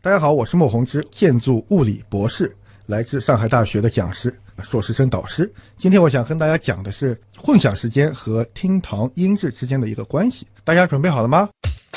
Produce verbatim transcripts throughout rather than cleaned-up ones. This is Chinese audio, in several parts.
大家好，我是莫宏之，建筑物理博士，来自上海大学的讲师，硕士生导师。今天我想跟大家讲的是混响时间和厅堂音质之间的一个关系。大家准备好了吗？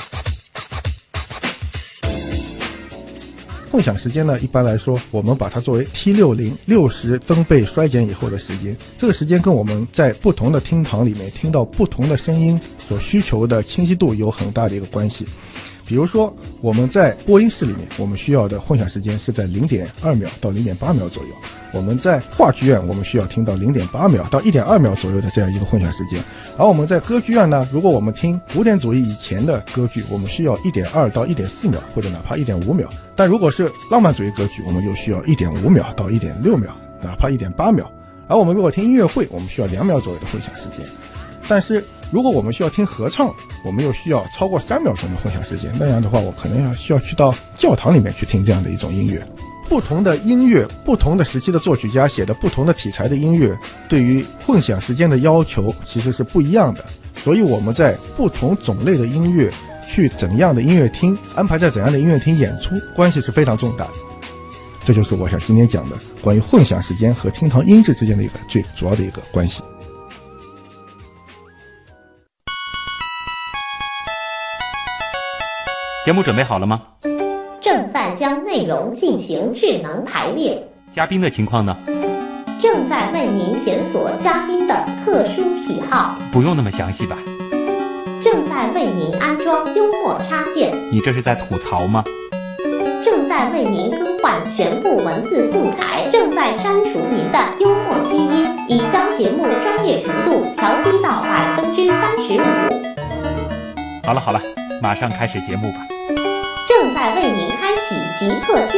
混响时间呢，一般来说我们把它作为 T 六十 六十分贝衰减以后的时间。这个时间跟我们在不同的厅堂里面听到不同的声音所需求的清晰度有很大的一个关系。比如说我们在播音室里面，我们需要的混响时间是在 零点二秒到零点八秒左右。我们在话剧院，我们需要听到 零点八秒到一点二秒左右的这样一个混响时间。而我们在歌剧院呢，如果我们听古典主义以前的歌剧，我们需要 一点二到一点四秒，或者哪怕一点五秒。但如果是浪漫主义歌剧，我们又需要 一点五秒到一点六秒，哪怕一点八秒。而我们如果听音乐会，我们需要两秒左右的混响时间。但是如果我们需要听合唱，我们又需要超过三秒钟的混响时间，那样的话我可能要需要去到教堂里面去听这样的一种音乐。不同的音乐，不同的时期的作曲家写的不同的题材的音乐，对于混响时间的要求其实是不一样的。所以我们在不同种类的音乐去怎样的音乐厅，安排在怎样的音乐厅演出，关系是非常重大的。这就是我想今天讲的关于混响时间和厅堂音质之间的一个最主要的一个关系。 节目准备好了吗？ 正在将内容进行智能排列。 嘉宾的情况呢？ 正在为您检索嘉宾的特殊喜好。 不用那么详细吧？ 正在为您安装幽默插件。 你这是在吐槽吗？ 正在为您更换全部文字素材。正在删除您的幽默基因，已将节目专业程度调低到百分之三十五。 好了好了，马上开始节目吧。 正在为您开启极客秀。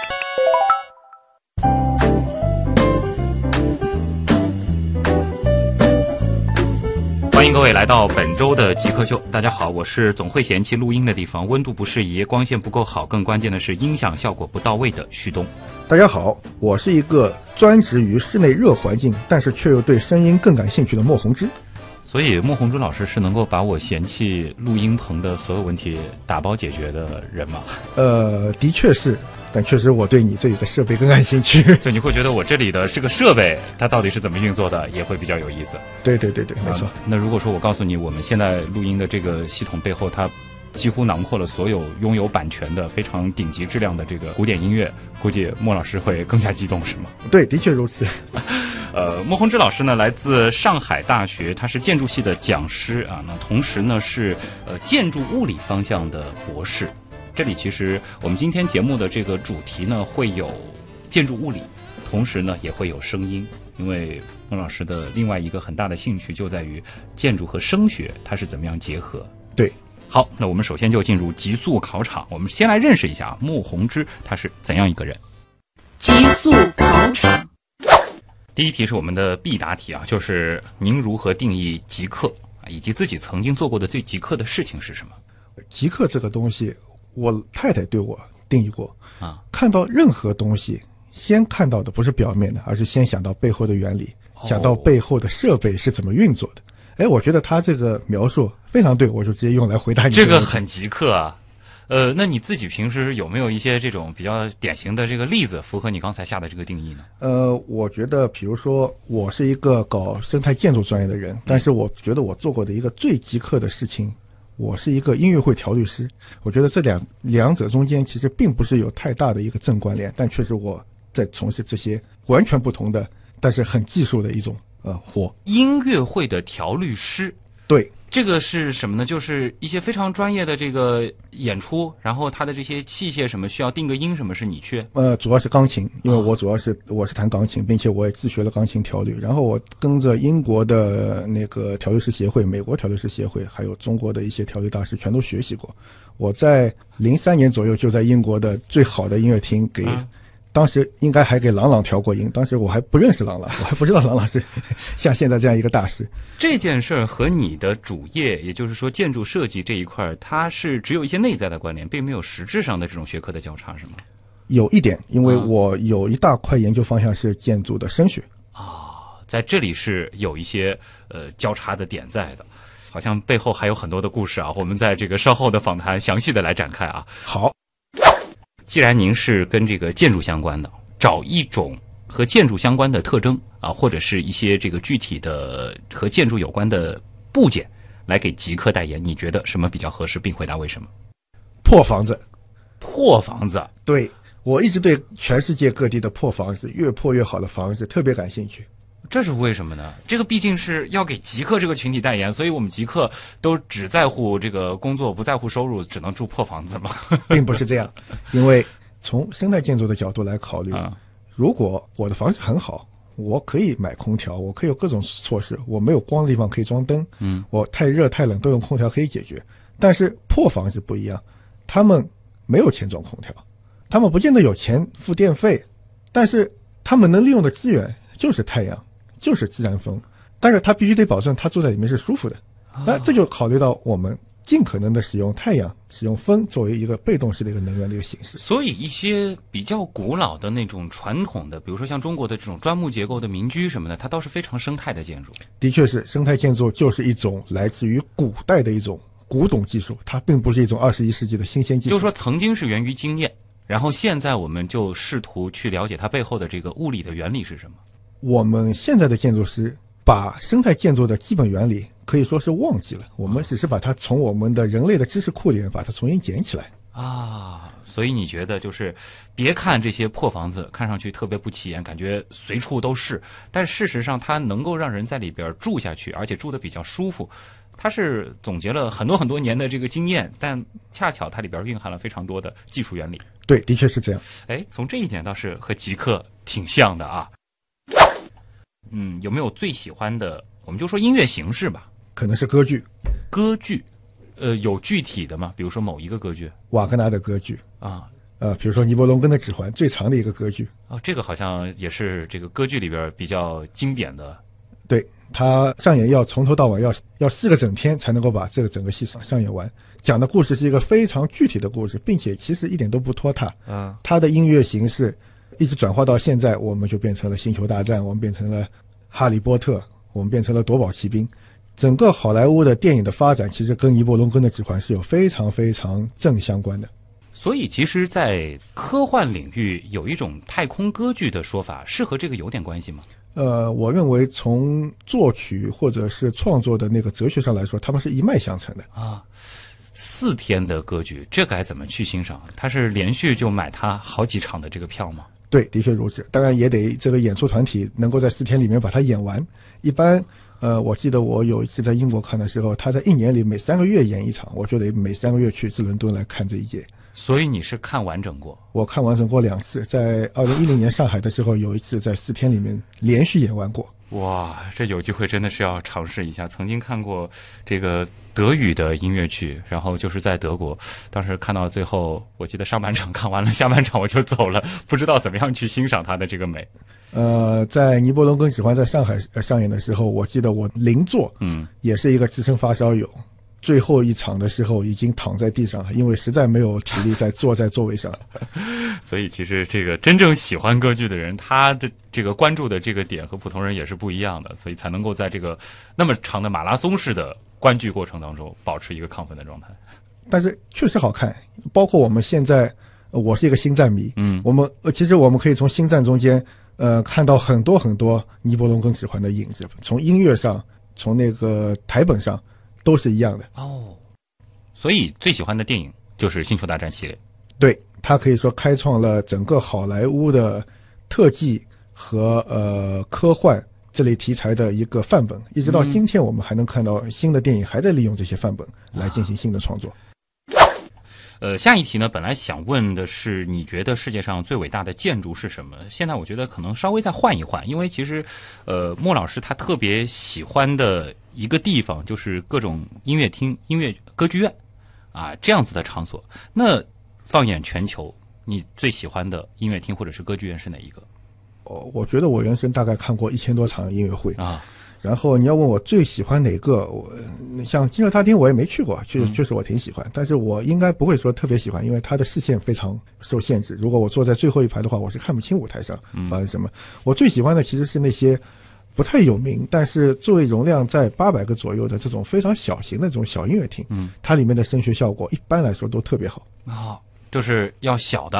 欢迎各位来到本周的极客秀。大家好，我是总会嫌弃录音的地方温度不适宜，光线不够好，更关键的是音响效果不到位的旭东。 大家好，我是一个专职于室内热环境，但是却又对声音更感兴趣的莫宏之。 所以莫宏之老师是能够把我嫌弃录音棚的所有问题打包解决的人吗？呃， 的确是，但确实我对你这里的设备更感兴趣。 就你会觉得我这里的这个设备它到底是怎么运作的，也会比较有意思。 对对对对，没错、啊。 那如果说我告诉你，我们现在录音的这个系统背后，它几乎囊括了所有拥有版权的非常顶级质量的这个古典音乐，估计莫老师会更加激动，是吗？ 对，的确如此。 呃，莫宏之老师呢，来自上海大学，他是建筑系的讲师啊，那同时呢是呃建筑物理方向的博士。这里其实我们今天节目的这个主题呢，会有建筑物理，同时呢也会有声音，因为莫老师的另外一个很大的兴趣就在于建筑和声学它是怎么样结合。 对， 好，那我们首先就进入极速考场，我们先来认识一下莫宏之他是怎样一个人。 极速考场。 第一题是我们的必答题啊，就是您如何定义极客啊，以及自己曾经做过的最极客的事情是什么？ 极客这个东西，我太太对我定义过啊， 看到任何东西，先看到的不是表面的，而是先想到背后的原理，哦、想到背后的设备是怎么运作的。哎，我觉得他这个描述非常对，我就直接用来回答你。 这个很极客啊。呃，那你自己平时有没有一些这种比较典型的这个例子，符合你刚才下的这个定义呢？ 呃，我觉得，比如说，我是一个搞生态建筑专业的人，但是我觉得我做过的一个最极客的事情，我是一个音乐会调律师。我觉得这两两者中间其实并不是有太大的一个正关联，但确实我在从事这些完全不同的，但是很技术的一种呃活。 音乐会的调律师， 对。 这个是什么呢？就是一些非常专业的这个演出，然后它的这些器械什么需要定个音什么是你去？ 呃，主要是钢琴，因为我主要是、哦、我是弹钢琴，并且我也自学了钢琴调律。然后我跟着英国的那个调律师协会、美国调律师协会，还有中国的一些调律大师全都学习过。我在零三年左右就在英国的最好的音乐厅给。嗯当时应该还给郎朗调过音，当时我还不认识郎朗，我还不知道郎朗是像现在这样一个大师。 这件事儿和你的主业，也就是说建筑设计这一块，它是只有一些内在的关联，并没有实质上的这种学科的交叉，是吗？ 有一点，因为我有一大块研究方向是建筑的声学啊、哦，在这里是有一些呃交叉的点在的，好像背后还有很多的故事啊，我们在这个稍后的访谈详细的来展开啊。 好。 既然您是跟这个建筑相关的，找一种和建筑相关的特征啊，或者是一些这个具体的和建筑有关的部件来给极客代言，你觉得什么比较合适，并回答为什么？ 破房子。 破房子。 对，我一直对全世界各地的破房子，越破越好的房子特别感兴趣。 这是为什么呢？这个毕竟是要给极客这个群体代言，所以我们极客都只在乎这个工作，不在乎收入，只能住破房子吗？ 并不是这样，因为从生态建筑的角度来考虑， 嗯、 如果我的房子很好，我可以买空调，我可以有各种措施，我没有光的地方可以装灯，嗯，我太热太冷都用空调可以解决。但是破房子不一样，他们没有钱装空调，他们不见得有钱付电费，但是他们能利用的资源就是太阳，就是自然风，但是他必须得保证他住在里面是舒服的。那这就考虑到我们尽可能的使用太阳、使用风作为一个被动式的一个能源的一个形式。 所以一些比较古老的那种传统的，比如说像中国的这种砖木结构的民居什么的，它倒是非常生态的建筑。 的确是，生态建筑就是一种来自于古代的一种古董技术，它并不是一种二十一世纪的新鲜技术。 就是说曾经是源于经验，然后现在我们就试图去了解它背后的这个物理的原理是什么。 我们现在的建筑师把生态建筑的基本原理可以说是忘记了，我们只是把它从我们的人类的知识库里面把它重新捡起来啊。所以你觉得就是别看这些破房子看上去特别不起眼，感觉随处都是，但事实上它能够让人在里边住下去，而且住得比较舒服。它是总结了很多很多年的这个经验，但恰巧它里边蕴含了非常多的技术原理。 对，的确是这样。 哎，从这一点倒是和极客挺像的啊。嗯，有没有最喜欢的？我们就说音乐形式吧。 可能是歌剧。 歌剧，呃，有具体的吗？比如说某一个歌剧？ 瓦格纳的歌剧啊， 呃，比如说尼伯龙根的指环，最长的一个歌剧。 哦，这个好像也是这个歌剧里边比较经典的。 对，他上演要从头到尾要要四个整天才能够把这个整个戏上演完。讲的故事是一个非常具体的故事，并且其实一点都不拖沓。嗯，他的音乐形式一直转化到现在，我们就变成了星球大战，我们变成了哈利波特，我们变成了夺宝奇兵。整个好莱坞的电影的发展其实跟尼伯龙根的指环是有非常非常正相关的。 所以其实在科幻领域有一种太空歌剧的说法，是和这个有点关系吗？ 呃，我认为从作曲或者是创作的那个哲学上来说，他们是一脉相承的啊。四天的歌剧，这该怎么去欣赏？他是连续就买他好几场的这个票吗？ 对，的确如此。当然也得这个演出团体能够在四天里面把它演完。一般呃，我记得我有一次在英国看的时候，他在一年里每三个月演一场，我就得每三个月去自伦敦来看这一届。 所以你是看完整过？ 我看完整过两次，在二零一零年上海的时候，有一次在四天里面连续演完过。 哇，这有机会真的是要尝试一下。曾经看过这个德语的音乐剧，然后就是在德国，当时看到最后，我记得上半场看完了，下半场我就走了，不知道怎么样去欣赏它的这个美。 呃，在尼伯龙根指环在上海上演的时候，我记得我邻座，嗯，也是一个资深发烧友。最后一场的时候已经躺在地上了，因为实在没有体力再坐在座位上。 所以其实这个真正喜欢歌剧的人，他的这个关注的这个点和普通人也是不一样的，所以才能够在这个那么长的马拉松式的观剧过程当中保持一个亢奋的状态。 但是确实好看，包括我们现在，呃、我是一个星战迷，嗯，我们呃其实我们可以从星战中间呃看到很多很多尼伯龙根指环的影子，从音乐上，从那个台本上。都是一样的哦，所以最喜欢的电影就是《星球大战》系列。 对，它可以说开创了整个好莱坞的特技和呃科幻这类题材的一个范本，一直到今天我们还能看到新的电影还在利用这些范本来进行新的创作。 呃，下一题呢，本来想问的是，你觉得世界上最伟大的建筑是什么？现在我觉得可能稍微再换一换，因为其实，呃，莫老师他特别喜欢的一个地方就是各种音乐厅、音乐歌剧院，啊，这样子的场所。那放眼全球，你最喜欢的音乐厅或者是歌剧院是哪一个？ 哦，我觉得我人生大概看过一千多场音乐会啊。然后你要问我最喜欢哪个，我像金色大厅我也没去过，确实确实我挺喜欢，但是我应该不会说特别喜欢，因为它的视线非常受限制。如果我坐在最后一排的话，我是看不清舞台上发生什么。我最喜欢的其实是那些不太有名，但是座位容量在八百个左右的这种非常小型的这种小音乐厅，嗯，它里面的声学效果一般来说都特别好。 哦，就是要小的，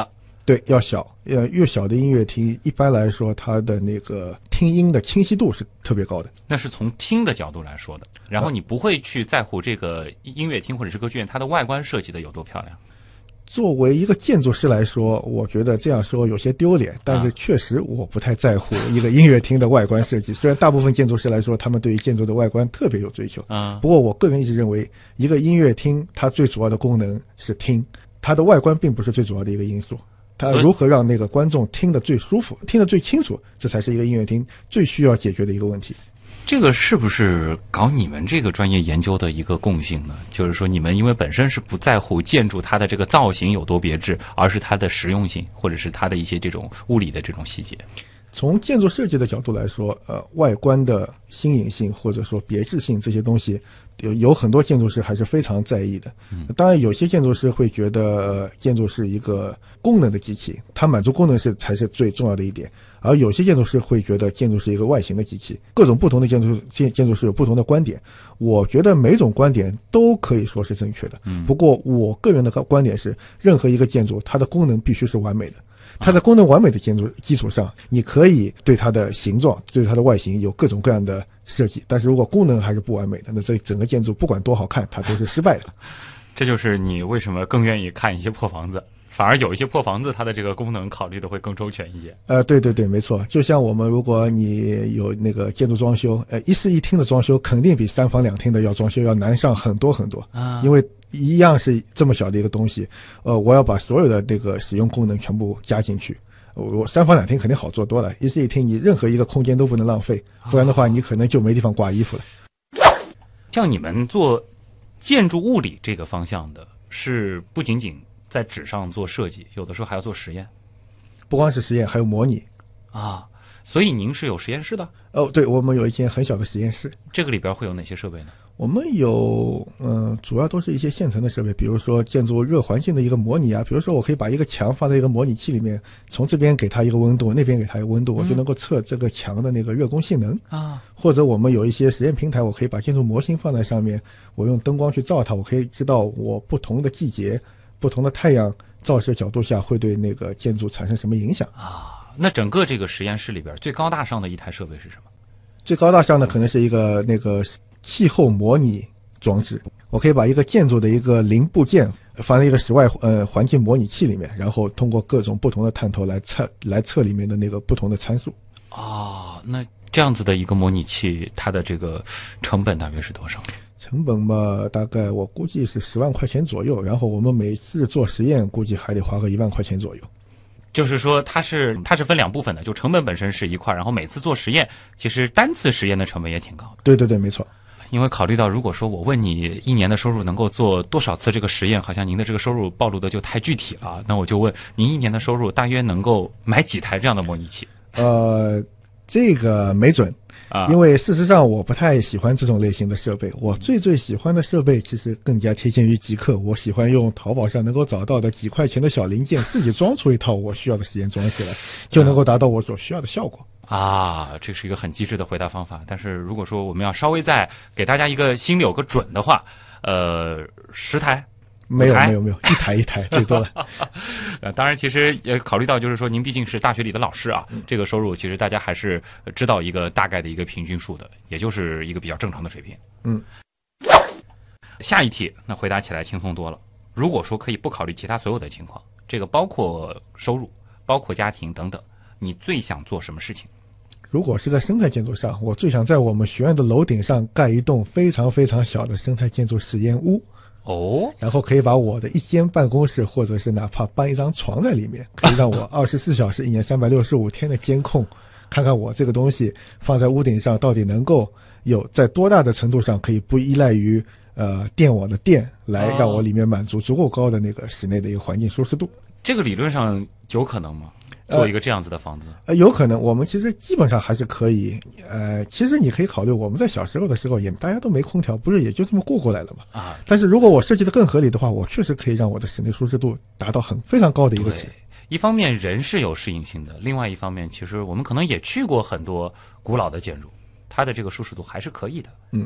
对，要小，呃，越小的音乐厅，一般来说，它的那个听音的清晰度是特别高的。 那是从听的角度来说的，然后你不会去在乎这个音乐厅或者是歌剧院它的外观设计的有多漂亮。 作为一个建筑师来说，我觉得这样说有些丢脸，但是确实我不太在乎一个音乐厅的外观设计。虽然大部分建筑师来说，他们对于建筑的外观特别有追求，不过我个人一直认为，一个音乐厅它最主要的功能是听，它的外观并不是最主要的一个因素。它如何让那个观众听得最舒服，听得最清楚，这才是一个音乐厅最需要解决的一个问题。 这个是不是搞你们这个专业研究的一个共性呢？就是说你们因为本身是不在乎建筑它的这个造型有多别致，而是它的实用性，或者是它的一些这种物理的这种细节。 从建筑设计的角度来说，呃，外观的新颖性或者说别致性这些东西，有有很多建筑师还是非常在意的。嗯，当然有些建筑师会觉得，呃，建筑是一个功能的机器，它满足功能是才是最重要的一点。而有些建筑师会觉得建筑是一个外形的机器，各种不同的建筑建建筑师有不同的观点。我觉得每种观点都可以说是正确的。嗯，不过我个人的观点是，任何一个建筑它的功能必须是完美的。它在功能完美的建筑基础上，你可以对它的形状、对它的外形有各种各样的设计，但是如果功能还是不完美的，那这整个建筑不管多好看，它都是失败的。 这就是你为什么更愿意看一些破房子，反而有一些破房子它的这个功能考虑的会更周全一些。 呃，对对对，没错。就像我们如果你有那个建筑装修，呃，一室一厅的装修肯定比三房两厅的要装修要难上很多很多啊，因为一样是这么小的一个东西，呃，我要把所有的这个使用功能全部加进去。我三房两厅肯定好做多了，一室一厅你任何一个空间都不能浪费，不然的话你可能就没地方挂衣服了。 像你们做建筑物理这个方向的，是不仅仅在纸上做设计，有的时候还要做实验。 不光是实验，还有模拟啊。所以您是有实验室的？ 哦，对，我们有一间很小的实验室。 这个里边会有哪些设备呢？ 我们有，嗯、呃，主要都是一些现成的设备，比如说建筑热环境的一个模拟啊，比如说我可以把一个墙放在一个模拟器里面，从这边给它一个温度，那边给它一个温度，我就能够测这个墙的那个热功性能啊。或者我们有一些实验平台，我可以把建筑模型放在上面，我用灯光去照它，我可以知道我不同的季节、不同的太阳照射角度下会对那个建筑产生什么影响啊。那整个这个实验室里边最高大上的一台设备是什么？ 最高大上的可能是一个那个气候模拟装置，我可以把一个建筑的一个零部件放在一个室外呃环境模拟器里面，然后通过各种不同的探头来测来测里面的那个不同的参数。 哦，那这样子的一个模拟器，它的这个成本大约是多少？ 成本嘛，大概我估计是十万块钱左右，然后我们每次做实验估计还得花个一万块钱左右。 就是说它是它是分两部分的，就成本本身是一块，然后每次做实验，其实单次实验的成本也挺高的。 对对对，没错。 因为考虑到如果说我问你一年的收入能够做多少次这个实验，好像您的这个收入暴露的就太具体了，那我就问您一年的收入大约能够买几台这样的模拟器？ 呃，这个没准。啊，因为事实上我不太喜欢这种类型的设备，我最最喜欢的设备其实更加贴近于极客，我喜欢用淘宝上能够找到的几块钱的小零件，自己装出一套我需要的实验装起来，就能够达到我所需要的效果。 啊，这是一个很机智的回答方法。但是如果说我们要稍微再给大家一个心里有个准的话，呃，十台。 没有没有没有，一台一台最多了。 呃，当然，其实也考虑到，就是说，您毕竟是大学里的老师啊，嗯、这个收入其实大家还是知道一个大概的一个平均数的，也就是一个比较正常的水平。 嗯。 下一题，那回答起来轻松多了。如果说可以不考虑其他所有的情况，这个包括收入、包括家庭等等，你最想做什么事情？ 如果是在生态建筑上，我最想在我们学院的楼顶上盖一栋非常非常小的生态建筑实验屋。 哦， 然后可以把我的一间办公室，或者是哪怕搬一张床在里面，可以让我二十四小时、一年三百六十五天的监控，看看我这个东西放在屋顶上到底能够有在多大的程度上可以不依赖于呃电网的电，来让我里面满足足够高的那个室内的一个环境舒适度。 这个理论上有可能吗？做一个这样子的房子， 呃，有可能。我们其实基本上还是可以。呃，其实你可以考虑，我们在小时候的时候也大家都没空调，不是也就这么过过来了嘛？啊。但是如果我设计的更合理的话，我确实可以让我的室内舒适度达到很非常高的一个值。 一方面人是有适应性的，另外一方面，其实我们可能也去过很多古老的建筑，它的这个舒适度还是可以的。 嗯。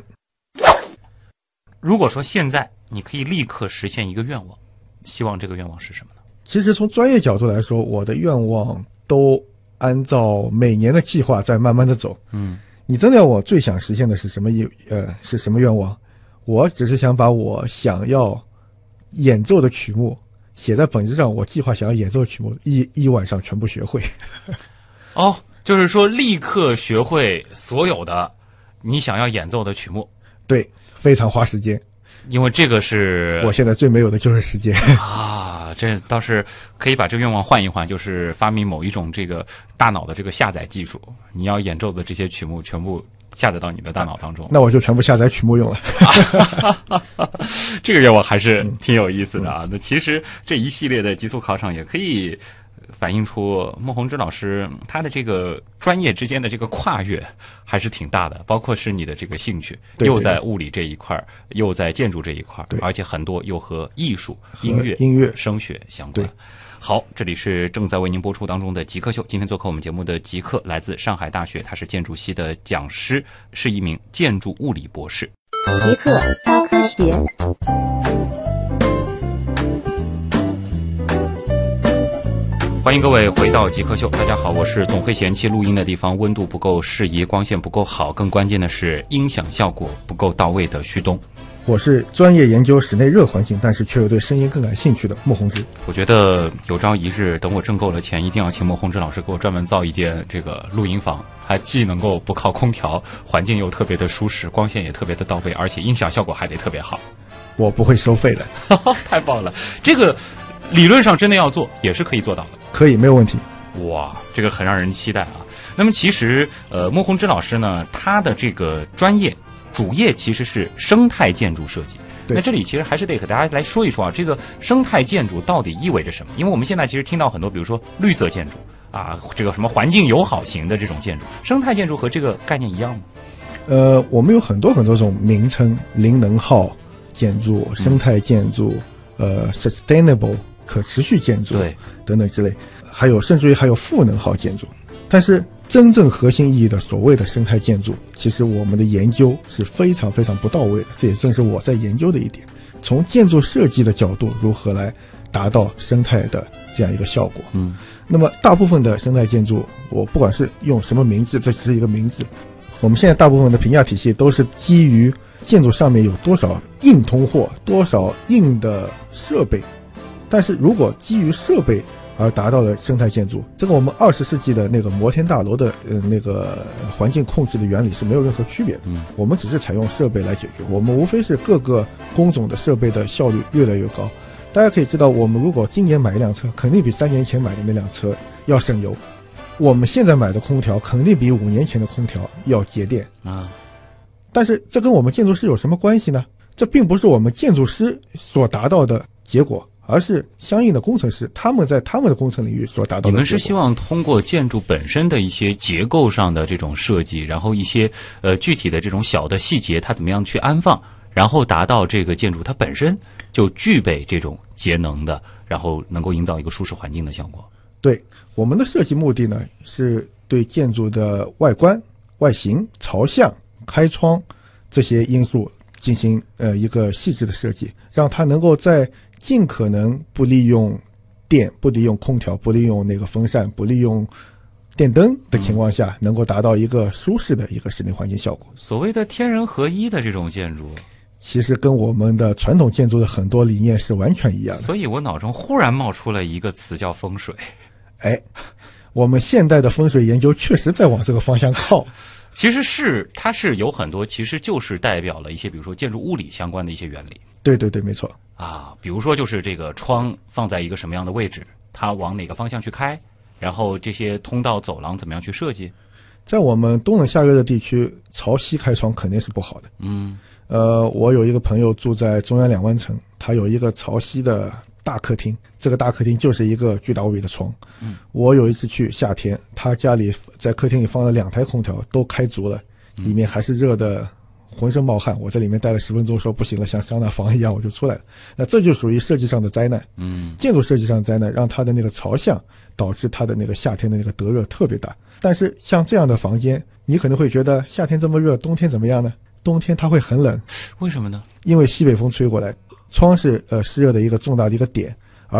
如果说现在你可以立刻实现一个愿望，希望这个愿望是什么呢？ 其实从专业角度来说，我的愿望都按照每年的计划在慢慢的走。 嗯， 你真的要我最想实现的是什么意呃是什么愿望？我只是想把我想要演奏的曲目写在本子上，我计划想要演奏的曲目一一晚上全部学会。 哦，就是说立刻学会所有的你想要演奏的曲目。 对，非常花时间， 因为这个是我现在最没有的就是时间啊，这倒是可以把这个愿望换一换，就是发明某一种这个大脑的这个下载技术，你要演奏的这些曲目全部下载到你的大脑当中。 那我就全部下载曲目用了。 这个愿望还是挺有意思的啊。嗯、那其实这一系列的极速考场也可以反映出孟宏之老师他的这个专业之间的这个跨越还是挺大的，包括是你的这个兴趣， 对对对， 又在物理这一块，又在建筑这一块，而且很多又和艺术、音乐、 音乐、 声学相关。好，这里是正在为您播出当中的极客秀。今天做客我们节目的极客来自上海大学，他是建筑系的讲师，是一名建筑物理博士。 极客高科学。 欢迎各位回到极客秀，大家好，我是总会嫌弃录音的地方温度不够适宜，光线不够好，更关键的是音响效果不够到位的旭东。 我是专业研究室内热环境，但是却又对声音更感兴趣的孟宏之。 我觉得有朝一日，等我挣够了钱，一定要请孟宏之老师给我专门造一间这个录音房，它既能够不靠空调，环境又特别的舒适，光线也特别的到位，而且音响效果还得特别好。 我不会收费的。 太棒了，这个理论上真的要做，也是可以做到的。 可以，没有问题。 哇，这个很让人期待啊。那么其实呃，孟宏之老师呢，他的这个专业主业其实是生态建筑设计。那这里其实还是得和大家来说一说啊，这个生态建筑到底意味着什么？因为我们现在其实听到很多，比如说绿色建筑啊，这个什么环境友好型的这种建筑，生态建筑和这个概念一样吗？ 呃，我们有很多很多种名称，零能耗建筑、生态建筑、嗯、呃 ，sustainable 可持续建筑， 对， 等等之类，还有甚至于还有负能耗建筑。但是真正核心意义的所谓的生态建筑，其实我们的研究是非常非常不到位的，这也正是我在研究的一点。从建筑设计的角度，如何来达到生态的这样一个效果？ 嗯， 那么大部分的生态建筑，我不管是用什么名字，这只是一个名字。我们现在大部分的评价体系都是基于建筑上面有多少硬通货，多少硬的设备。但是如果基于设备而达到的生态建筑，这个我们二十世纪的那个摩天大楼的呃那个环境控制的原理是没有任何区别的。 嗯， 我们只是采用设备来解决，我们无非是各个工种的设备的效率越来越高。大家可以知道，我们如果今年买一辆车，肯定比三年前买的那辆车要省油。我们现在买的空调肯定比五年前的空调要节电啊。 但是这跟我们建筑师有什么关系呢？这并不是我们建筑师所达到的结果，而是相应的工程师他们在他们的工程领域所达到的结果。 你们是希望通过建筑本身的一些结构上的这种设计，然后一些呃具体的这种小的细节它怎么样去安放，然后达到这个建筑它本身就具备这种节能的，然后能够营造一个舒适环境的效果。 对，我们的设计目的呢，是对建筑的外观、外形、朝向、开窗这些因素进行呃一个细致的设计，让它能够在尽可能不利用电、不利用空调、不利用那个风扇、不利用电灯的情况下，能够达到一个舒适的一个室内环境效果。 所谓的天人合一的这种建筑， 其实跟我们的传统建筑的很多理念是完全一样的。 所以我脑中忽然冒出了一个词叫风水。 哎，我们现代的风水研究确实在往这个方向靠。 其实是它是有很多，其实就是代表了一些，比如说建筑物理相关的一些原理。 对对对，没错啊，比如说就是这个窗放在一个什么样的位置，它往哪个方向去开，然后这些通道走廊怎么样去设计。 在我们冬冷夏热的地区，朝西开窗肯定是不好的。 嗯， 呃，我有一个朋友住在中央两湾城，他有一个朝西的大客厅，这个大客厅就是一个巨大无比的窗。 嗯， 我有一次去夏天，他家里在客厅里放了两台空调，都开足了，里面还是热的浑身冒汗。我在里面待了十分钟，说不行了，像桑拿房一样，我就出来了。那这就属于设计上的灾难。 嗯， 建筑设计上的灾难，让它的那个朝向导致它的那个夏天的那个得热特别大。但是像这样的房间，你可能会觉得夏天这么热，冬天怎么样呢？冬天它会很冷。 为什么呢？ 因为西北风吹过来，窗是呃湿热的一个重大的一个点，而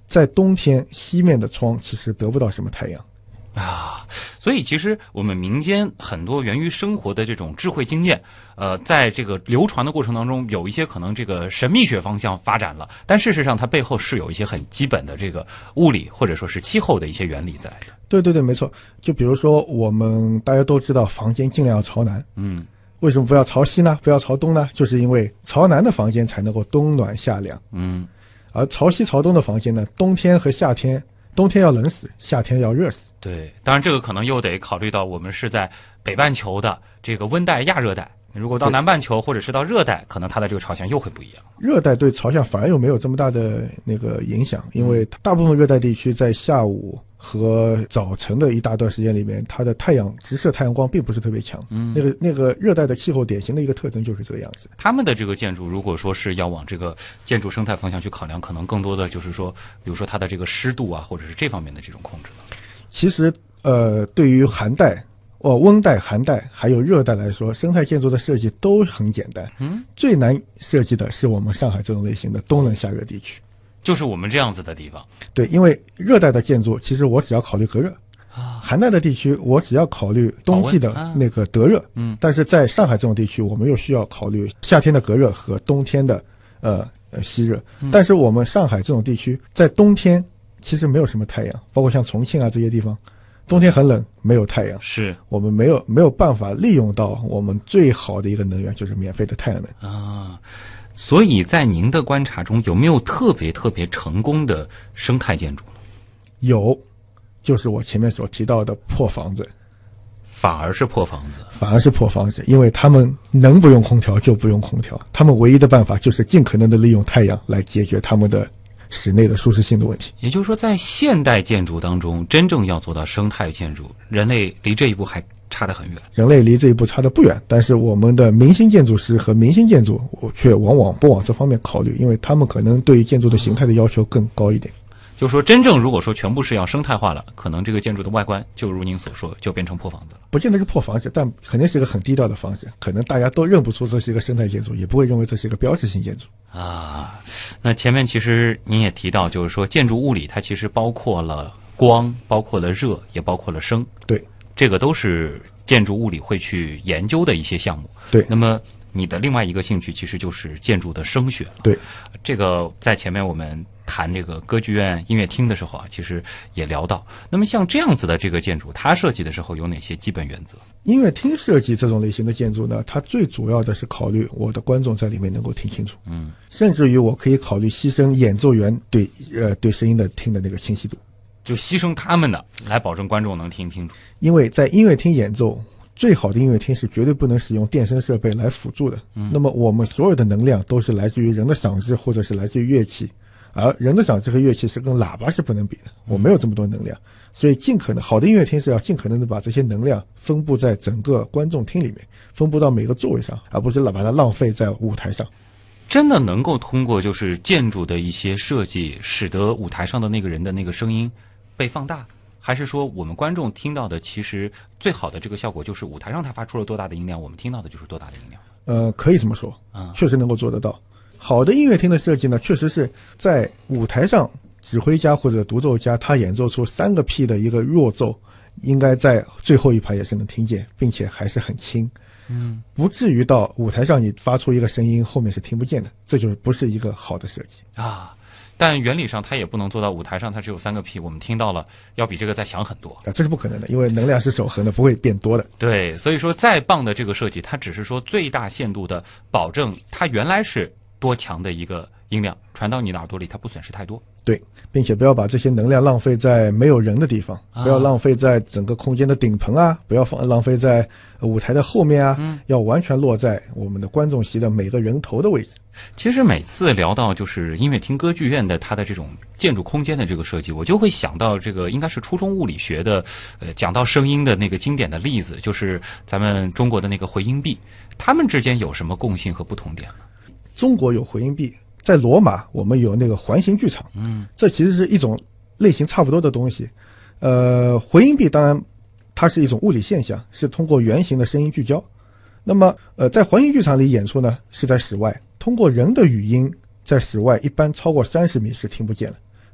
在冬天西面的窗其实得不到什么太阳啊，所以其实我们民间很多源于生活的这种智慧经验，呃，在这个流传的过程当中，有一些可能这个神秘学方向发展了，但事实上它背后是有一些很基本的这个物理或者说是气候的一些原理在的。 对对对，没错。就比如说我们大家都知道，房间尽量要朝南， 嗯， 为什么不要朝西呢？不要朝东呢？就是因为朝南的房间才能够冬暖夏凉， 嗯， 而朝西朝东的房间呢，冬天和夏天，冬天要冷死，夏天要热死。 对，当然这个可能又得考虑到我们是在北半球的这个温带亚热带，如果到南半球或者是到热带，可能它的这个朝向又会不一样。 热带对朝向反而又没有这么大的那个影响，因为大部分热带地区在下午和早晨的一大段时间里面，它的太阳直射太阳光并不是特别强。嗯，那个那个热带的气候典型的一个特征就是这个样子。 他们的这个建筑，如果说是要往这个建筑生态方向去考量，可能更多的就是说，比如说它的这个湿度啊，或者是这方面的这种控制。 其实，呃，对于寒带、哦温带、寒带还有热带来说，生态建筑的设计都很简单。嗯，最难设计的是我们上海这种类型的冬冷夏热地区。 就是我们这样子的地方。 对，因为热带的建筑其实我只要考虑隔热，啊，寒带的地区我只要考虑冬季的那个得热，啊，嗯，但是在上海这种地区，我们又需要考虑夏天的隔热和冬天的呃呃吸热，嗯，但是我们上海这种地区在冬天其实没有什么太阳，包括像重庆啊这些地方，冬天很冷，没有太阳， 是我们没有没有办法利用到我们最好的一个能源，就是免费的太阳能啊。所以在您的观察中，有没有特别特别成功的生态建筑？ 有，就是我前面所提到的破房子。 反而是破房子， 反而是破房子，因为他们能不用空调就不用空调，他们唯一的办法就是尽可能的利用太阳来解决他们的室内的舒适性的问题。 也就是说，在现代建筑当中，真正要做到生态建筑，人类离这一步还差得很远。 人类离这一步差得不远，但是我们的明星建筑师和明星建筑却往往不往这方面考虑，因为他们可能对于建筑的形态的要求更高一点。 就是说，真正如果说全部是要生态化了，可能这个建筑的外观就如您所说，就变成破房子了。 不见得是破房子，但肯定是一个很低调的房子，可能大家都认不出这是一个生态建筑，也不会认为这是一个标志性建筑啊。那前面其实您也提到，就是说建筑物理它其实包括了光，包括了热，也包括了声。 对， 这个都是建筑物理会去研究的一些项目。 对， 那么你的另外一个兴趣其实就是建筑的声学了。 对， 这个在前面我们谈这个歌剧院音乐厅的时候啊，其实也聊到。那么像这样子的这个建筑，它设计的时候有哪些基本原则？ 音乐厅设计这种类型的建筑呢，它最主要的是考虑我的观众在里面能够听清楚，嗯，甚至于我可以考虑牺牲演奏员对呃对声音的听的那个清晰度， 就牺牲他们的来保证观众能听清楚。 因为在音乐厅演奏，最好的音乐厅是绝对不能使用电声设备来辅助的。嗯，那么我们所有的能量都是来自于人的嗓子或者是来自于乐器，而人的嗓子和乐器是跟喇叭是不能比的，我没有这么多能量，所以尽可能好的音乐厅是要尽可能的把这些能量分布在整个观众厅里面，分布到每个座位上，而不是把它浪费在舞台上。 真的能够通过就是建筑的一些设计，使得舞台上的那个人的那个声音被放大？还是说我们观众听到的其实最好的这个效果就是舞台上它发出了多大的音量，我们听到的就是多大的音量？ 呃，可以这么说， 啊， 确实能够做得到。好的音乐厅的设计呢，确实是在舞台上指挥家或者独奏家他演奏出三个 P 的一个弱奏，应该在最后一排也是能听见，并且还是很轻，嗯，不至于到舞台上你发出一个声音后面是听不见的，这就不是一个好的设计啊。但原理上它也不能做到舞台上它只有三个 P， 我们听到了要比这个再响很多啊，这是不可能的，因为能量是守恒的，不会变多的。 对，所以说再棒的这个设计，它只是说最大限度的保证它原来是多强的一个音量传到你的耳朵里，它不损失太多。 对，并且不要把这些能量浪费在没有人的地方，不要浪费在整个空间的顶棚啊，不要放浪费在舞台的后面啊，嗯，要完全落在我们的观众席的每个人头的位置。 其实每次聊到就是音乐厅歌剧院的它的这种建筑空间的这个设计，我就会想到这个应该是初中物理学的呃讲到声音的那个经典的例子，就是咱们中国的那个回音壁，它们之间有什么共性和不同点呢？ 中国有回音壁，在罗马我们有那个环形剧场，嗯，这其实是一种类型差不多的东西。呃，回音壁当然它是一种物理现象，是通过圆形的声音聚焦。那么呃，在环形剧场里演出呢是在室外，通过人的语音在室外一般超过三十米是听不见的，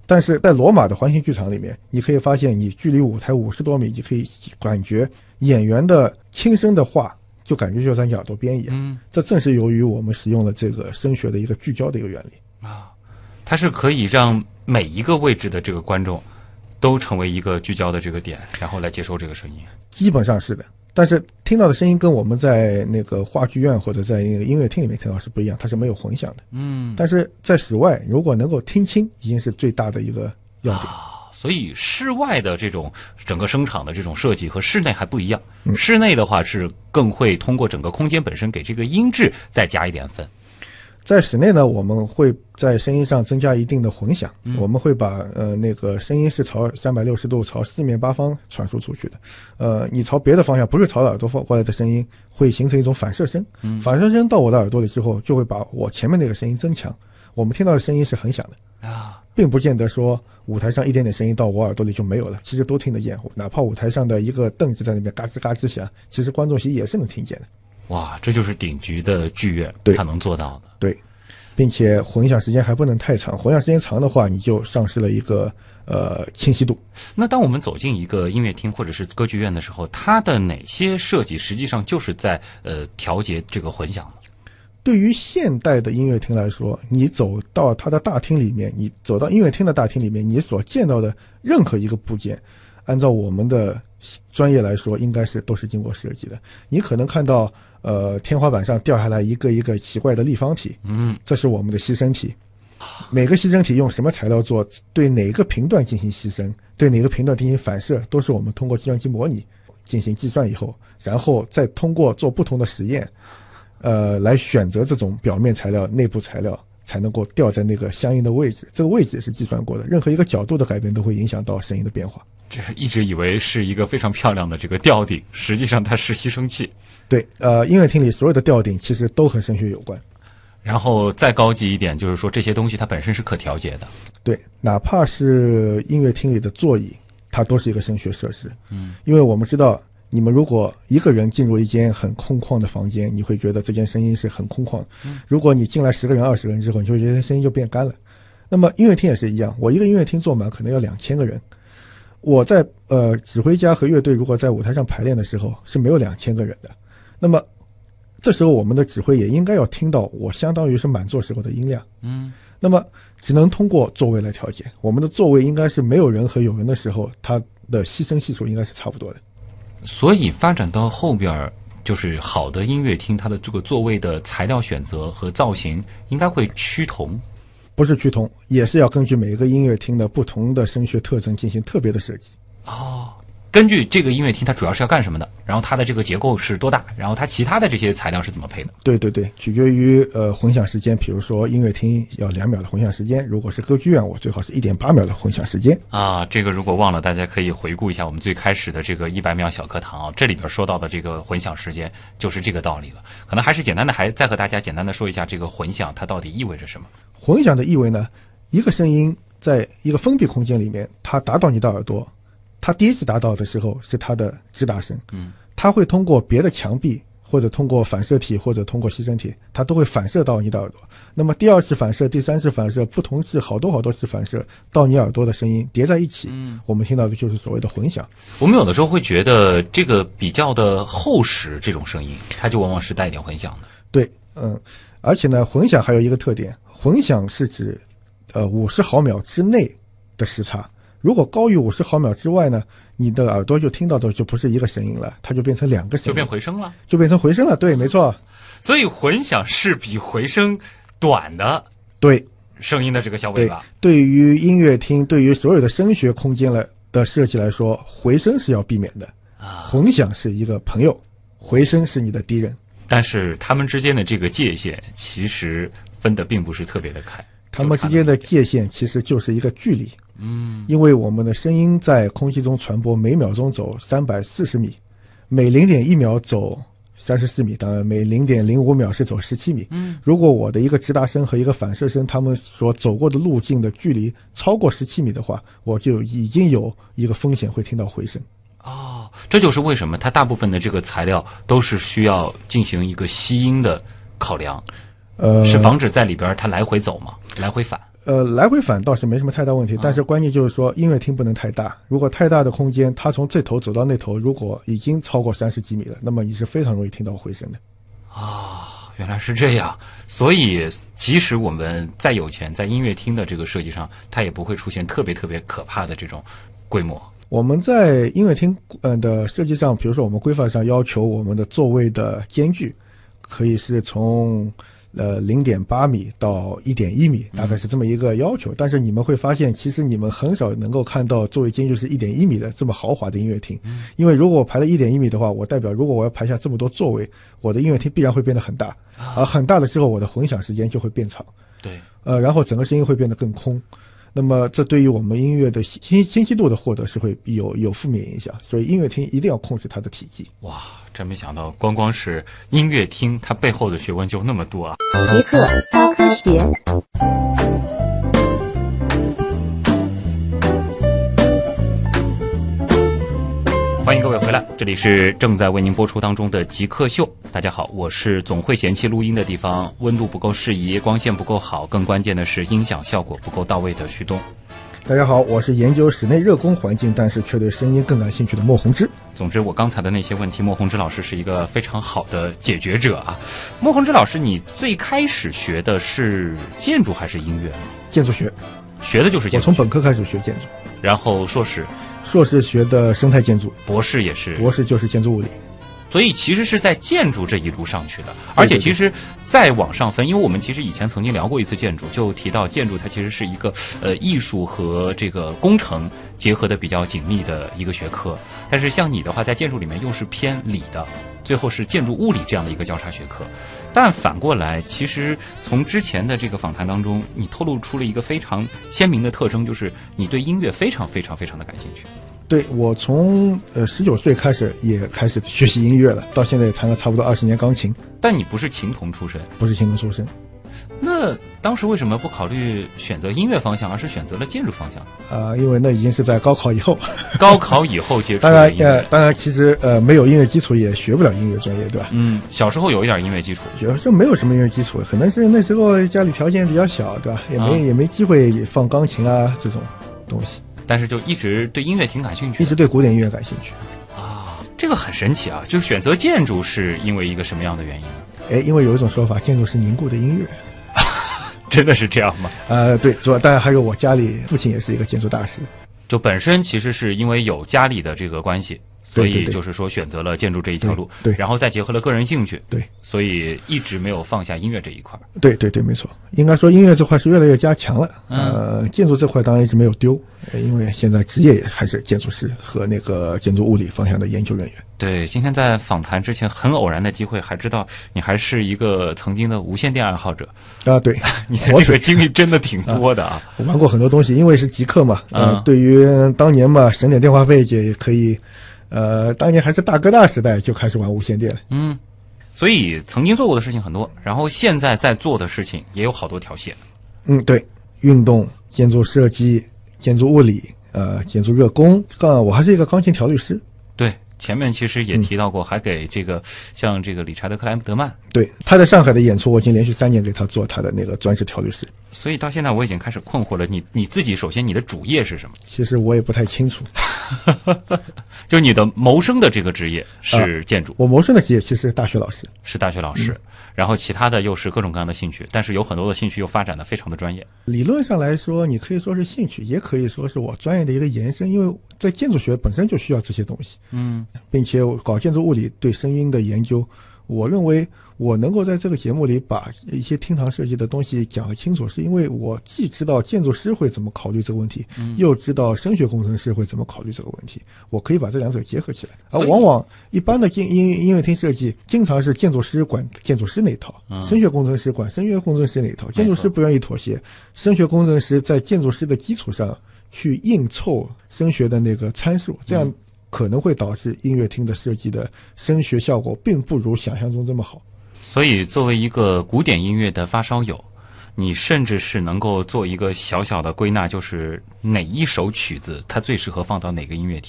但是在罗马的环形剧场里面，你可以发现你距离舞台五十多米，你可以感觉演员的轻声的话就感觉就在你耳朵边一样。嗯，这正是由于我们使用了这个声学的一个聚焦的一个原理啊，它是可以让每一个位置的这个观众都成为一个聚焦的这个点，然后来接收这个声音。 基本上是的，但是听到的声音跟我们在那个话剧院或者在那个音乐厅里面听到是不一样，它是没有混响的。嗯，但是在室外如果能够听清，已经是最大的一个要点。 啊所以室外的这种整个声场的这种设计和室内还不一样，嗯、室内的话是更会通过整个空间本身给这个音质再加一点分。 在室内呢，我们会在声音上增加一定的混响，嗯、我们会把呃那个声音是朝三百六十度朝四面八方传输出去的。呃，你朝别的方向，不是朝耳朵过来的声音，会形成一种反射声。嗯、反射声到我的耳朵里之后，就会把我前面那个声音增强。我们听到的声音是很响的啊，并不见得说舞台上一点点声音到我耳朵里就没有了，其实都听得见。哪怕舞台上的一个凳子在那边嘎吱嘎吱响，其实观众席也是能听见的。 哇，这就是顶级的剧院，它能做到的。 对，并且混响时间还不能太长，混响时间长的话，你就丧失了一个呃清晰度。 那当我们走进一个音乐厅或者是歌剧院的时候，它的哪些设计实际上就是在呃调节这个混响呢？ 对于现代的音乐厅来说，你走到它的大厅里面，你走到音乐厅的大厅里面，你所见到的任何一个部件，按照我们的专业来说，应该是都是经过设计的。你可能看到呃天花板上掉下来一个一个奇怪的立方体，嗯，这是我们的吸声体。每个吸声体用什么材料做，对哪个频段进行吸声，对哪个频段进行反射，都是我们通过计算机模拟进行计算以后，然后再通过做不同的实验呃，来选择这种表面材料、内部材料，才能够掉在那个相应的位置。这个位置也是计算过的，任何一个角度的改变都会影响到声音的变化。 这一直以为是一个非常漂亮的这个吊顶，实际上它是吸声器。 对，呃，音乐厅里所有的吊顶其实都和声学有关。 然后再高级一点，就是说这些东西它本身是可调节的。 对，哪怕是音乐厅里的座椅，它都是一个声学设施。嗯，因为我们知道，你们如果一个人进入一间很空旷的房间，你会觉得这间声音是很空旷。嗯、如果你进来十个人、二十个人之后，你就会觉得声音就变干了。那么音乐厅也是一样，我一个音乐厅坐满可能要两千个人，我在呃指挥家和乐队如果在舞台上排练的时候是没有两千个人的。那么这时候我们的指挥也应该要听到我相当于是满座时候的音量。嗯，那么只能通过座位来调节。我们的座位应该是没有人和有人的时候，它的吸声系数应该是差不多的。 所以发展到后边，就是好的音乐厅，它的这个座位的材料选择和造型应该会趋同。 不是趋同，也是要根据每一个音乐厅的不同的声学特征进行特别的设计。 哦，根据这个音乐厅它主要是要干什么的，然后它的这个结构是多大，然后它其他的这些材料是怎么配的？ 对对对，取决于呃混响时间。比如说音乐厅要两秒的混响时间，如果是歌剧院，我最好是一点八秒的混响时间。 啊，这个如果忘了，大家可以回顾一下我们最开始的这个一百秒小课堂啊，这里边说到的这个混响时间就是这个道理了。可能还是简单的，还再和大家简单的说一下这个混响它到底意味着什么。 混响的意味呢，一个声音在一个封闭空间里面，它达到你的耳朵，它第一次达到的时候是它的直达声，嗯，它会通过别的墙壁或者通过反射体或者通过吸声体，它都会反射到你的耳朵。那么第二次反射、第三次反射，不同次好多好多次反射到你耳朵的声音叠在一起，嗯，我们听到的就是所谓的混响。 我们有的时候会觉得这个比较的厚实，这种声音它就往往是带一点混响的。 对，嗯，而且呢，混响还有一个特点，混响是指呃五十毫秒之内的时差。如果高于五十毫秒之外呢，你的耳朵就听到的就不是一个声音了，它就变成两个声音， 就变回声了， 就变成回声了。对，没错。 所以混响是比回声短的， 对声音的这个小尾巴。 对，对于音乐厅，对于所有的声学空间来的设计来说，回声是要避免的啊。混响是一个朋友，回声是你的敌人。 但是他们之间的这个界限其实分得并不是特别的开。 它们之间的界限其实就是一个距离，嗯，因为我们的声音在空气中传播，每秒钟走三百四十米，每零点一秒走三十四米，当然每零点零五秒是走十七米。嗯，如果我的一个直达声和一个反射声，他们所走过的路径的距离超过十七米的话，我就已经有一个风险会听到回声。 哦，这就是为什么它大部分的这个材料都是需要进行一个吸音的考量。呃，是防止在里边它来回走嘛，来回反。 呃，来回返倒是没什么太大问题，但是关键就是说音乐厅不能太大，如果太大的空间，它从这头走到那头，如果已经超过三十几米了，那么你是非常容易听到回声的。 啊，原来是这样。所以即使我们再有钱，在音乐厅的这个设计上，它也不会出现特别特别可怕的这种规模。 我们在音乐厅呃的设计上，比如说我们规范上要求我们的座位的间距可以是从呃 零点八米到 一点一米，大概是这么一个要求。嗯、但是你们会发现，其实你们很少能够看到座位间距是 一点一米的这么豪华的音乐厅。嗯、因为如果我排了 一点一米的话，我代表如果我要排下这么多座位，我的音乐厅必然会变得很大，啊、而很大的时候，我的混响时间就会变长。 对， 呃，然后整个声音会变得更空。那么这对于我们音乐的清清晰度的获得是会有有负面影响，所以音乐厅一定要控制它的体积。 哇，真没想到，光光是音乐厅，它背后的学问就那么多啊！ 极客高科学。 欢迎各位回来，这里是正在为您播出当中的极客秀。大家好，我是总会嫌弃录音的地方温度不够适宜，光线不够好，更关键的是音响效果不够到位的徐东。 大家好，我是研究室内热工环境，但是却对声音更感兴趣的莫宏之。 总之，我刚才的那些问题，莫宏之老师是一个非常好的解决者啊。莫宏之老师，你最开始学的是建筑还是音乐？ 建筑学， 学的就是建筑。 我从本科开始学建筑， 然后硕士。 硕士学的生态建筑， 博士也是， 博士就是建筑物理， 所以其实是在建筑这一路上去的。而且其实再往上分，因为我们其实以前曾经聊过一次建筑，就提到建筑它其实是一个呃艺术和这个工程结合的比较紧密的一个学科。但是像你的话，在建筑里面又是偏理的，最后是建筑物理这样的一个交叉学科。但反过来，其实从之前的这个访谈当中，你透露出了一个非常鲜明的特征，就是你对音乐非常非常非常的感兴趣。 对，我从呃十九岁开始也开始学习音乐了，到现在也弹了差不多二十年钢琴。 但你不是琴童出身？ 不是琴童出身。 那当时为什么不考虑选择音乐方向，而是选择了建筑方向？ 啊、呃，因为那已经是在高考以后。 高考以后接触当然，呃，当然，其实呃，没有音乐基础也学不了音乐专业，对吧？ 嗯，小时候有一点音乐基础， 主要是没有什么音乐基础，可能是那时候家里条件比较小，对吧？也没、啊、也没机会放钢琴啊这种东西。 但是就一直对音乐挺感兴趣， 一直对古典音乐感兴趣。 啊，这个很神奇啊！就选择建筑是因为一个什么样的原因呢？ 哎，因为有一种说法，建筑是凝固的音乐。 真的是这样吗？ 呃，对，主要当然还有我家里父亲也是一个建筑大师， 就本身其实是因为有家里的这个关系，所以就是说选择了建筑这一条路， 对，对然后再结合了个人兴趣， 对， 所以一直没有放下音乐这一块。 对对对，没错，应该说音乐这块是越来越加强了，嗯、呃，建筑这块当然一直没有丢，因为现在职业也还是建筑师和那个建筑物理方向的研究人员。 对，今天在访谈之前很偶然的机会，还知道你还是一个曾经的无线电爱好者啊。对， 你的这个经历真的挺多的啊。 我玩过很多东西，因为是极客嘛， 嗯、 呃，对于当年嘛省点电话费也可以，呃，当年还是大哥大时代就开始玩无线电了。 嗯，所以曾经做过的事情很多，然后现在在做的事情也有好多条线。 嗯，对，运动、建筑设计、建筑物理、呃，建筑热工，呃，我还是一个钢琴调律师。 对。前面其实也提到过，还给这个、嗯、像这个理查德克莱姆德曼， 对他在上海的演出，我已经连续三年给他做他的那个专职调律师。 所以到现在我已经开始困惑了，你你自己首先你的主业是什么？ 其实我也不太清楚。 就你的谋生的这个职业是建筑、 啊、我谋生的职业其实是大学老师， 是大学老师、嗯、然后其他的又是各种各样的兴趣，但是有很多的兴趣又发展的非常的专业。 理论上来说你可以说是兴趣，也可以说是我专业的一个延伸，因为在建筑学本身就需要这些东西， 嗯， 并且我搞建筑物理对声音的研究，我认为我能够在这个节目里把一些厅堂设计的东西讲得清楚，是因为我既知道建筑师会怎么考虑这个问题、嗯、又知道声学工程师会怎么考虑这个问题，我可以把这两者结合起来。而往往一般的音音乐厅设计经常是建筑师管建筑师那一套、嗯、声学工程师管声学工程师那一套，建筑师不愿意妥协，声学工程师在建筑师的基础上去硬凑声学的那个参数，这样可能会导致音乐厅的设计的声学效果并不如想象中这么好。 所以作为一个古典音乐的发烧友，你甚至是能够做一个小小的归纳，就是哪一首曲子它最适合放到哪个音乐厅。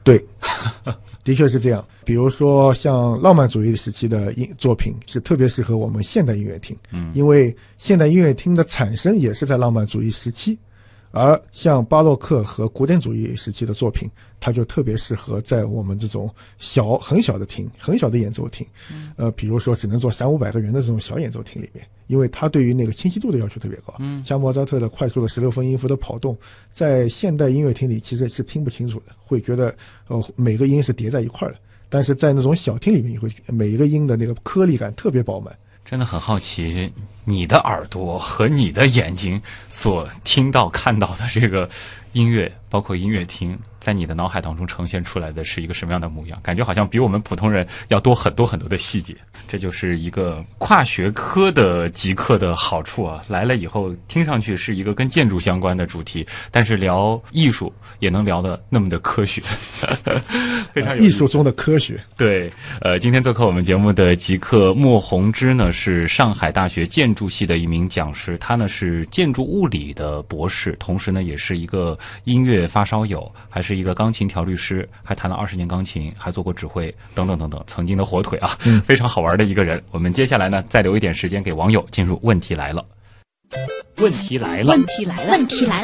对，的确是这样。比如说像浪漫主义时期的音作品是特别适合我们现代音乐厅，嗯，因为现代音乐厅的产生也是在浪漫主义时期，而像巴洛克和古典主义时期的作品，它就特别适合在我们这种小很小的厅、很小的演奏厅，呃，比如说只能坐三五百个人的这种小演奏厅里面，因为它对于那个清晰度的要求特别高。嗯，像莫扎特的快速的十六分音符的跑动，在现代音乐厅里其实是听不清楚的，会觉得呃每个音是叠在一块的。但是在那种小厅里面，你会每一个音的那个颗粒感特别饱满。 真的很好奇，你的耳朵和你的眼睛所听到看到的这个音乐，包括音乐厅，在你的脑海当中呈现出来的是一个什么样的模样？感觉好像比我们普通人要多很多很多的细节。这就是一个跨学科的极客的好处啊！来了以后，听上去是一个跟建筑相关的主题，但是聊艺术也能聊得那么的科学，非常有意思。 艺术中的科学。 对，呃，今天做客我们节目的极客莫宏之呢，是上海大学建筑系的一名讲师，他呢是建筑物理的博士，同时呢也是一个音乐发烧友，还是一个钢琴调律师，还弹了二十年钢琴，还做过指挥等等等等，曾经的火腿啊，嗯、非常好玩的一个人。我们接下来呢，再留一点时间给网友进入问题来了。问题来了， 问题来了，问题来了。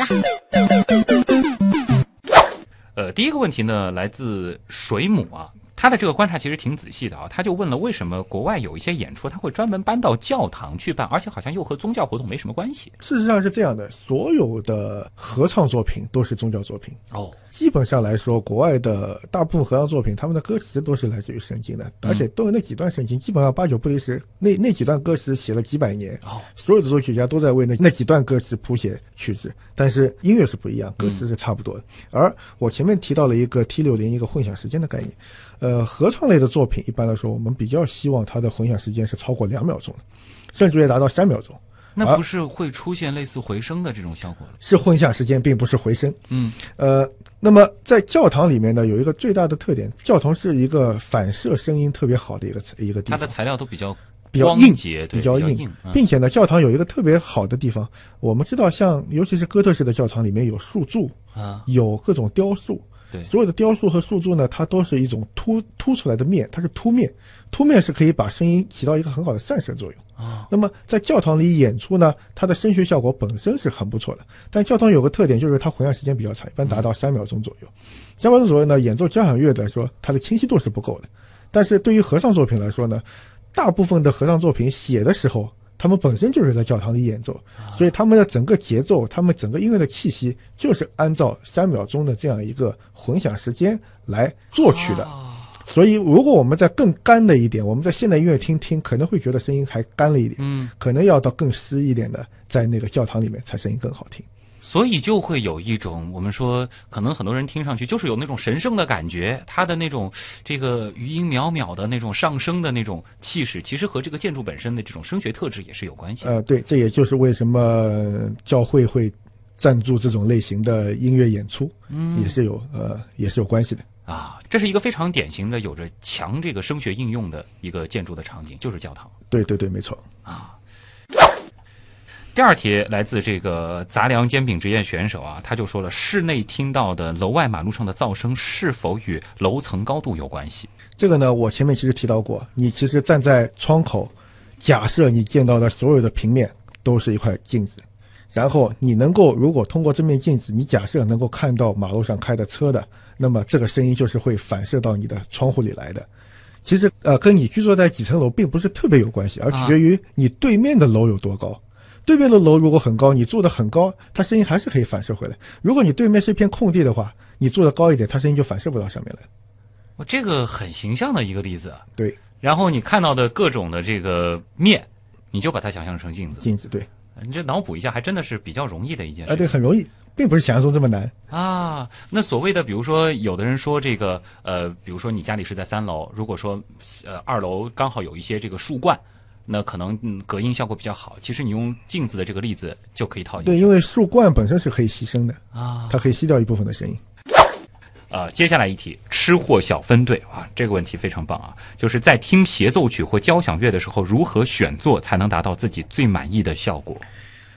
呃，第一个问题呢，来自水母啊。他的这个观察其实挺仔细的啊，他就问了为什么国外有一些演出他会专门搬到教堂去办，而且好像又和宗教活动没什么关系。 事实上是这样的，所有的合唱作品都是宗教作品哦。基本上来说，国外的大部分合唱作品，他们的歌词都是来自于圣经的，而且都有那几段圣经，基本上八九不离十。那那几段歌词写了几百年，哦，所有的作曲家都在为那那几段歌词谱写曲子，但是音乐是不一样，歌词是差不多的。嗯、而我前面提到了一个 T 六十 一个混响时间的概念。呃，合唱类的作品一般来说，我们比较希望它的混响时间是超过两秒钟的，甚至于达到三秒钟。 那不是会出现类似回声的这种效果了？ 是混响时间，并不是回声。嗯，呃，那么在教堂里面呢，有一个最大的特点，教堂是一个反射声音特别好的一个一个地方。 它的材料都比较比较硬， 比较硬， 硬嗯、 并且呢，教堂有一个特别好的地方，我们知道，像尤其是哥特式的教堂里面有树柱啊，有各种雕塑。 对， 所有的雕塑和树柱呢，它都是一种凸凸出来的面，它是凸面，凸面是可以把声音起到一个很好的散射作用啊。那么在教堂里演出呢，它的声学效果本身是很不错的，但教堂有个特点就是它混响时间比较长，一般达到三秒钟左右。三秒钟左右呢，演奏交响乐来说，它的清晰度是不够的。但是对于合唱作品来说呢，大部分的合唱作品写的时候，他们本身就是在教堂里演奏，所以他们的整个节奏，他们整个音乐的气息，就是按照三秒钟的这样一个混响时间来作曲的。所以如果我们在更干的一点，我们在现代音乐厅听，可能会觉得声音还干了一点，嗯，可能要到更湿一点的，在那个教堂里面才声音更好听。 所以就会有一种我们说可能很多人听上去就是有那种神圣的感觉，它的那种这个余音袅袅的那种上升的那种气势，其实和这个建筑本身的这种声学特质也是有关系的。 呃，对，这也就是为什么教会会赞助这种类型的音乐演出，嗯，也是有呃也是有关系的啊。这是一个非常典型的有着强这个声学应用的一个建筑的场景，就是教堂。 对对对，没错啊。第二题来自这个杂粮煎饼职业选手啊，他就说了，室内听到的楼外马路上的噪声是否与楼层高度有关系？ 这个呢，我前面其实提到过，你其实站在窗口，假设你见到的所有的平面都是一块镜子，然后你能够如果通过这面镜子，你假设能够看到马路上开的车的，那么这个声音就是会反射到你的窗户里来的。其实呃，跟你居住在几层楼并不是特别有关系，而取决于你对面的楼有多高。啊对面的楼如果很高，你住得很高，它声音还是可以反射回来。如果你对面是一片空地的话，你住得高一点，它声音就反射不到上面来。 我这个很形象的一个例子。 对。 然后你看到的各种的这个面，你就把它想象成镜子。 镜子，对。 你这脑补一下，还真的是比较容易的一件事情。 啊，对，很容易，并不是想象中这么难啊。那所谓的，比如说，有的人说这个，呃，比如说你家里是在三楼，如果说，呃，二楼刚好有一些这个树冠。那可能嗯隔音效果比较好，其实你用镜子的这个例子就可以套进去。 对，因为树冠本身是可以吸声的啊，它可以吸掉一部分的声音。 呃，接下来一题，吃货小分队啊，这个问题非常棒啊，就是在听协奏曲或交响乐的时候，如何选作才能达到自己最满意的效果？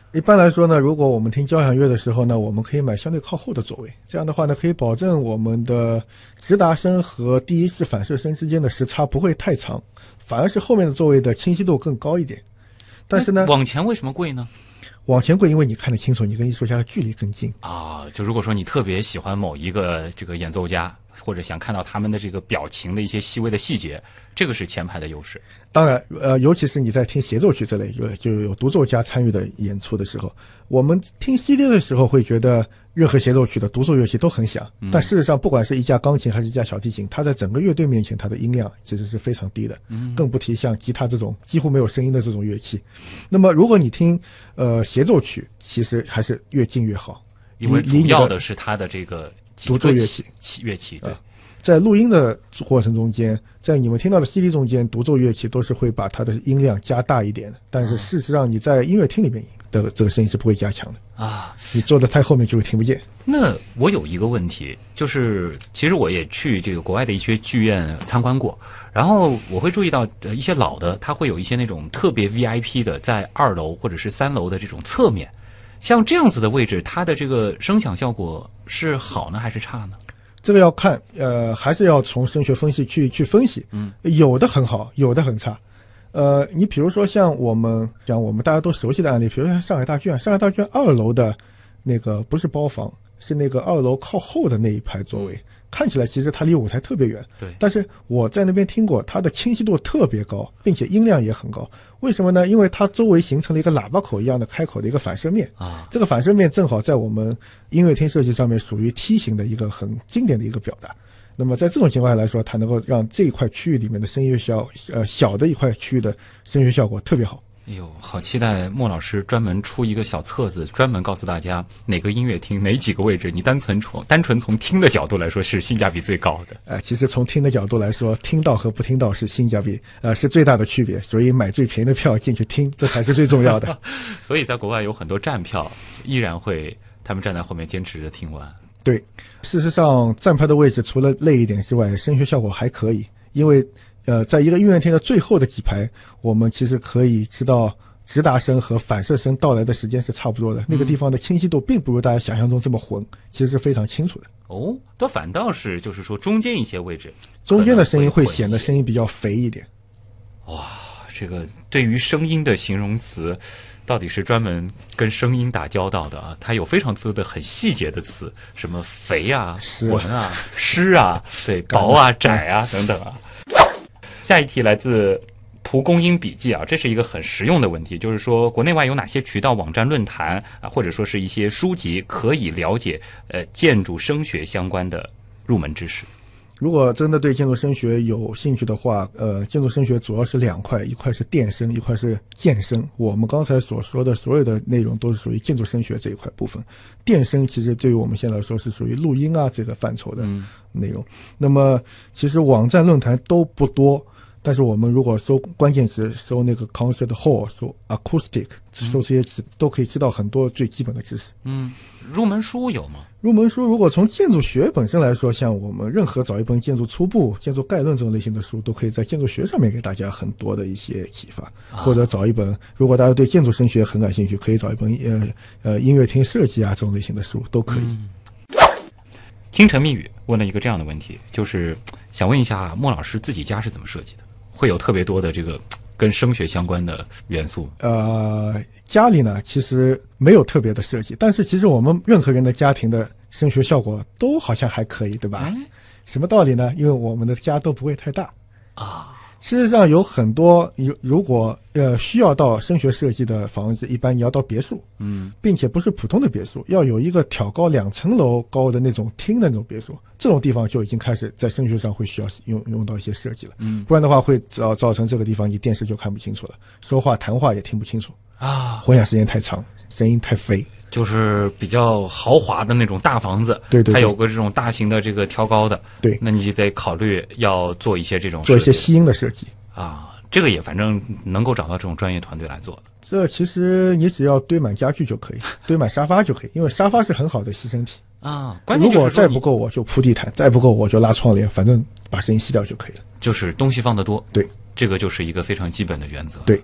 一般来说呢，如果我们听交响乐的时候呢，我们可以买相对靠后的座位，这样的话呢，可以保证我们的直达声和第一式反射声之间的时差不会太长，反而是后面的座位的清晰度更高一点。但是呢， 往前为什么贵呢？ 往前贵，因为你看得清楚，你跟艺术家的距离更近啊。就如果说你特别喜欢某一个这个演奏家，或者想看到他们的这个表情的一些细微的细节，这个是前排的优势。 当然，呃，尤其是你在听协奏曲这类就就有独奏家参与的演出的时候，我们听 C D 的时候会觉得任何协奏曲的独奏乐器都很响，嗯、但事实上，不管是一架钢琴还是一架小提琴，它在整个乐队面前，它的音量其实是非常低的，嗯、更不提像吉他这种几乎没有声音的这种乐器。那么，如果你听呃协奏曲，其实还是越近越好， 因为主要的是它的这个独奏乐器乐器对。 呃在录音的过程中间，在你们听到的 C D 中间，独奏乐器都是会把它的音量加大一点的，但是事实上你在音乐厅里面的这个声音是不会加强的啊， 你坐得太后面就会听不见。 那我有一个问题，就是其实我也去这个国外的一些剧院参观过，然后我会注意到呃一些老的，它会有一些那种特别 V I P 的，在二楼或者是三楼的这种侧面，像这样子的位置，它的这个声响效果是好呢还是差呢？ 这个要看，呃，还是要从声学分析去去分析。嗯，有的很好，有的很差。呃，你比如说像我们讲我们大家都熟悉的案例，比如说像上海大剧院，上海大剧院二楼的那个不是包房，是那个二楼靠后的那一排座位，看起来其实它离舞台特别远。 对， 但是我在那边听过，它的清晰度特别高，并且音量也很高。为什么呢？因为它周围形成了一个喇叭口一样的开口的一个反射面啊，这个反射面正好在我们音乐厅设计上面属于梯形的一个很经典的一个表达。那么在这种情况下来说，它能够让这一块区域里面的声乐效呃小的一块区域的声乐效果特别好。 哎呦，好期待莫老师专门出一个小册子，专门告诉大家哪个音乐厅哪几个位置，你单纯从单纯从听的角度来说是性价比最高的。 呃，其实从听的角度来说，听到和不听到是性价比呃是最大的区别，所以买最便宜的票进去听，这才是最重要的。 所以在国外有很多站票，依然会他们站在后面坚持着听完。 对，事实上站票的位置除了累一点之外，声学效果还可以，因为呃，在一个音乐厅的最后的几排，我们其实可以知道直达声和反射声到来的时间是差不多的，嗯、那个地方的清晰度并不如大家想象中这么混，其实是非常清楚的。 哦，倒反倒是就是说中间一些位置， 中间的声音会显得声音比较肥一点。 哇，这个对于声音的形容词，到底是专门跟声音打交道的啊？它有非常多的很细节的词，什么肥啊、浑啊、湿啊、对薄啊、窄啊等等啊。下一题来自蒲公英笔记啊，这是一个很实用的问题，就是说国内外有哪些渠道、网站、论坛啊，或者说是一些书籍可以了解呃建筑声学相关的入门知识？ 如果真的对建筑声学有兴趣的话，呃，建筑声学主要是两块，一块是电声，一块是建声。我们刚才所说的所有的内容都是属于建筑声学这一块部分。电声其实对于我们现在来说是属于录音啊这个范畴的内容。嗯、那么其实网站论坛都不多。但是我们如果搜关键词，搜那个 concert hall， 搜 acoustic， 搜这些词，都可以知道很多最基本的知识。 嗯，入门书有吗？ 入门书如果从建筑学本身来说，像我们任何找一本建筑初步、建筑概论这种类型的书，都可以在建筑学上面给大家很多的一些启发。啊、或者找一本，如果大家对建筑声学很感兴趣，可以找一本呃呃音乐厅设计啊这种类型的书都可以。嗯清晨密语问了一个这样的问题，就是想问一下莫老师自己家是怎么设计的？会有特别多的这个跟声学相关的元素？ 呃，家里呢其实没有特别的设计，但是其实我们任何人的家庭的声学效果都好像还可以，对吧？嗯、什么道理呢？因为我们的家都不会太大啊。事实上有很多，如如果呃需要到声学设计的房子，一般你要到别墅，嗯，并且不是普通的别墅，要有一个挑高两层楼高的那种厅的那种别墅，这种地方就已经开始在声学上会需要用用到一些设计了，嗯，不然的话会造造成这个地方你电视就看不清楚了，说话谈话也听不清楚啊，混响时间太长，声音太肥。 就是比较豪华的那种大房子， 对 对, 对， 它有个这种大型的这个挑高的， 对， 那你就得考虑要做一些这种做一些吸音的设计啊。这个也反正能够找到这种专业团队来做的。 这其实你只要堆满家具就可以，堆满沙发就可以，因为沙发是很好的吸声体啊。关键如果再不够我就铺地毯，再不够我就拉窗帘，反正把声音吸掉就可以了。 就是东西放得多， 对， 这个就是一个非常基本的原则。 对。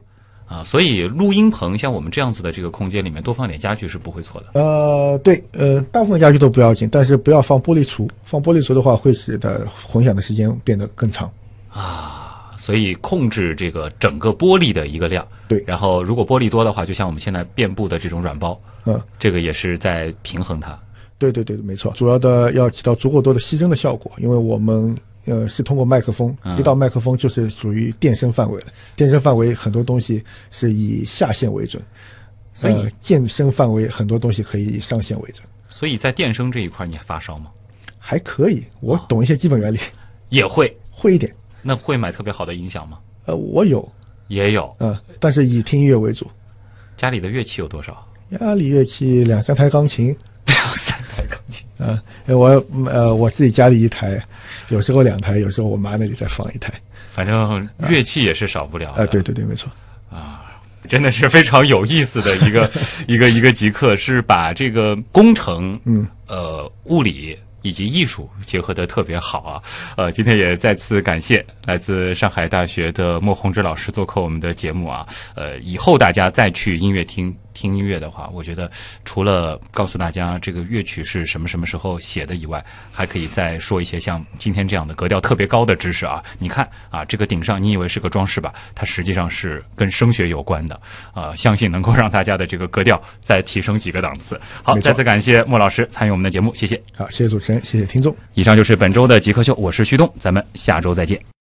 啊，所以录音棚像我们这样子的这个空间里面多放点家具是不会错的。 呃，对，呃，大部分家具都不要紧，但是不要放玻璃橱，放玻璃橱的话会使得混响的时间变得更长。 啊，所以控制这个整个玻璃的一个量。 对， 然后如果玻璃多的话，就像我们现在遍布的这种软包， 嗯， 这个也是在平衡它。 对对对，没错，主要的要起到足够多的吸声的效果，因为我们。呃，是通过麦克风，一到麦克风就是属于电声范围了。电声范围很多东西是以下限为准， 所以呃，渐声范围很多东西可以以上限为准。 所以在电声这一块，你发烧吗？ 还可以，我懂一些基本原理， 也会会一点。 那会买特别好的音响吗？ 呃，我有， 也有， 嗯，但是以听音乐为主。 家里的乐器有多少？ 家里乐器两三台钢琴， 两三台钢琴。 嗯、呃，我呃我自己家里一台。有时候两台，有时候我妈那里再放一台， 反正乐器也是少不了的。 啊、呃，对对对，没错。 啊，真的是非常有意思的一个一个一个极客，是把这个工程， 嗯， 呃，物理以及艺术结合得特别好啊。呃，今天也再次感谢来自上海大学的莫宏志老师做客我们的节目啊。呃，以后大家再去音乐厅听音乐的话，我觉得除了告诉大家这个乐曲是什么什么时候写的以外，还可以再说一些像今天这样的格调特别高的知识啊。你看啊，这个顶上你以为是个装饰吧，它实际上是跟声学有关的啊、呃，相信能够让大家的这个格调再提升几个档次。好，再次感谢莫老师参与我们的节目，谢谢。 好，谢谢主持人，谢谢听众。 以上就是本周的极客秀，我是旭东，咱们下周再见。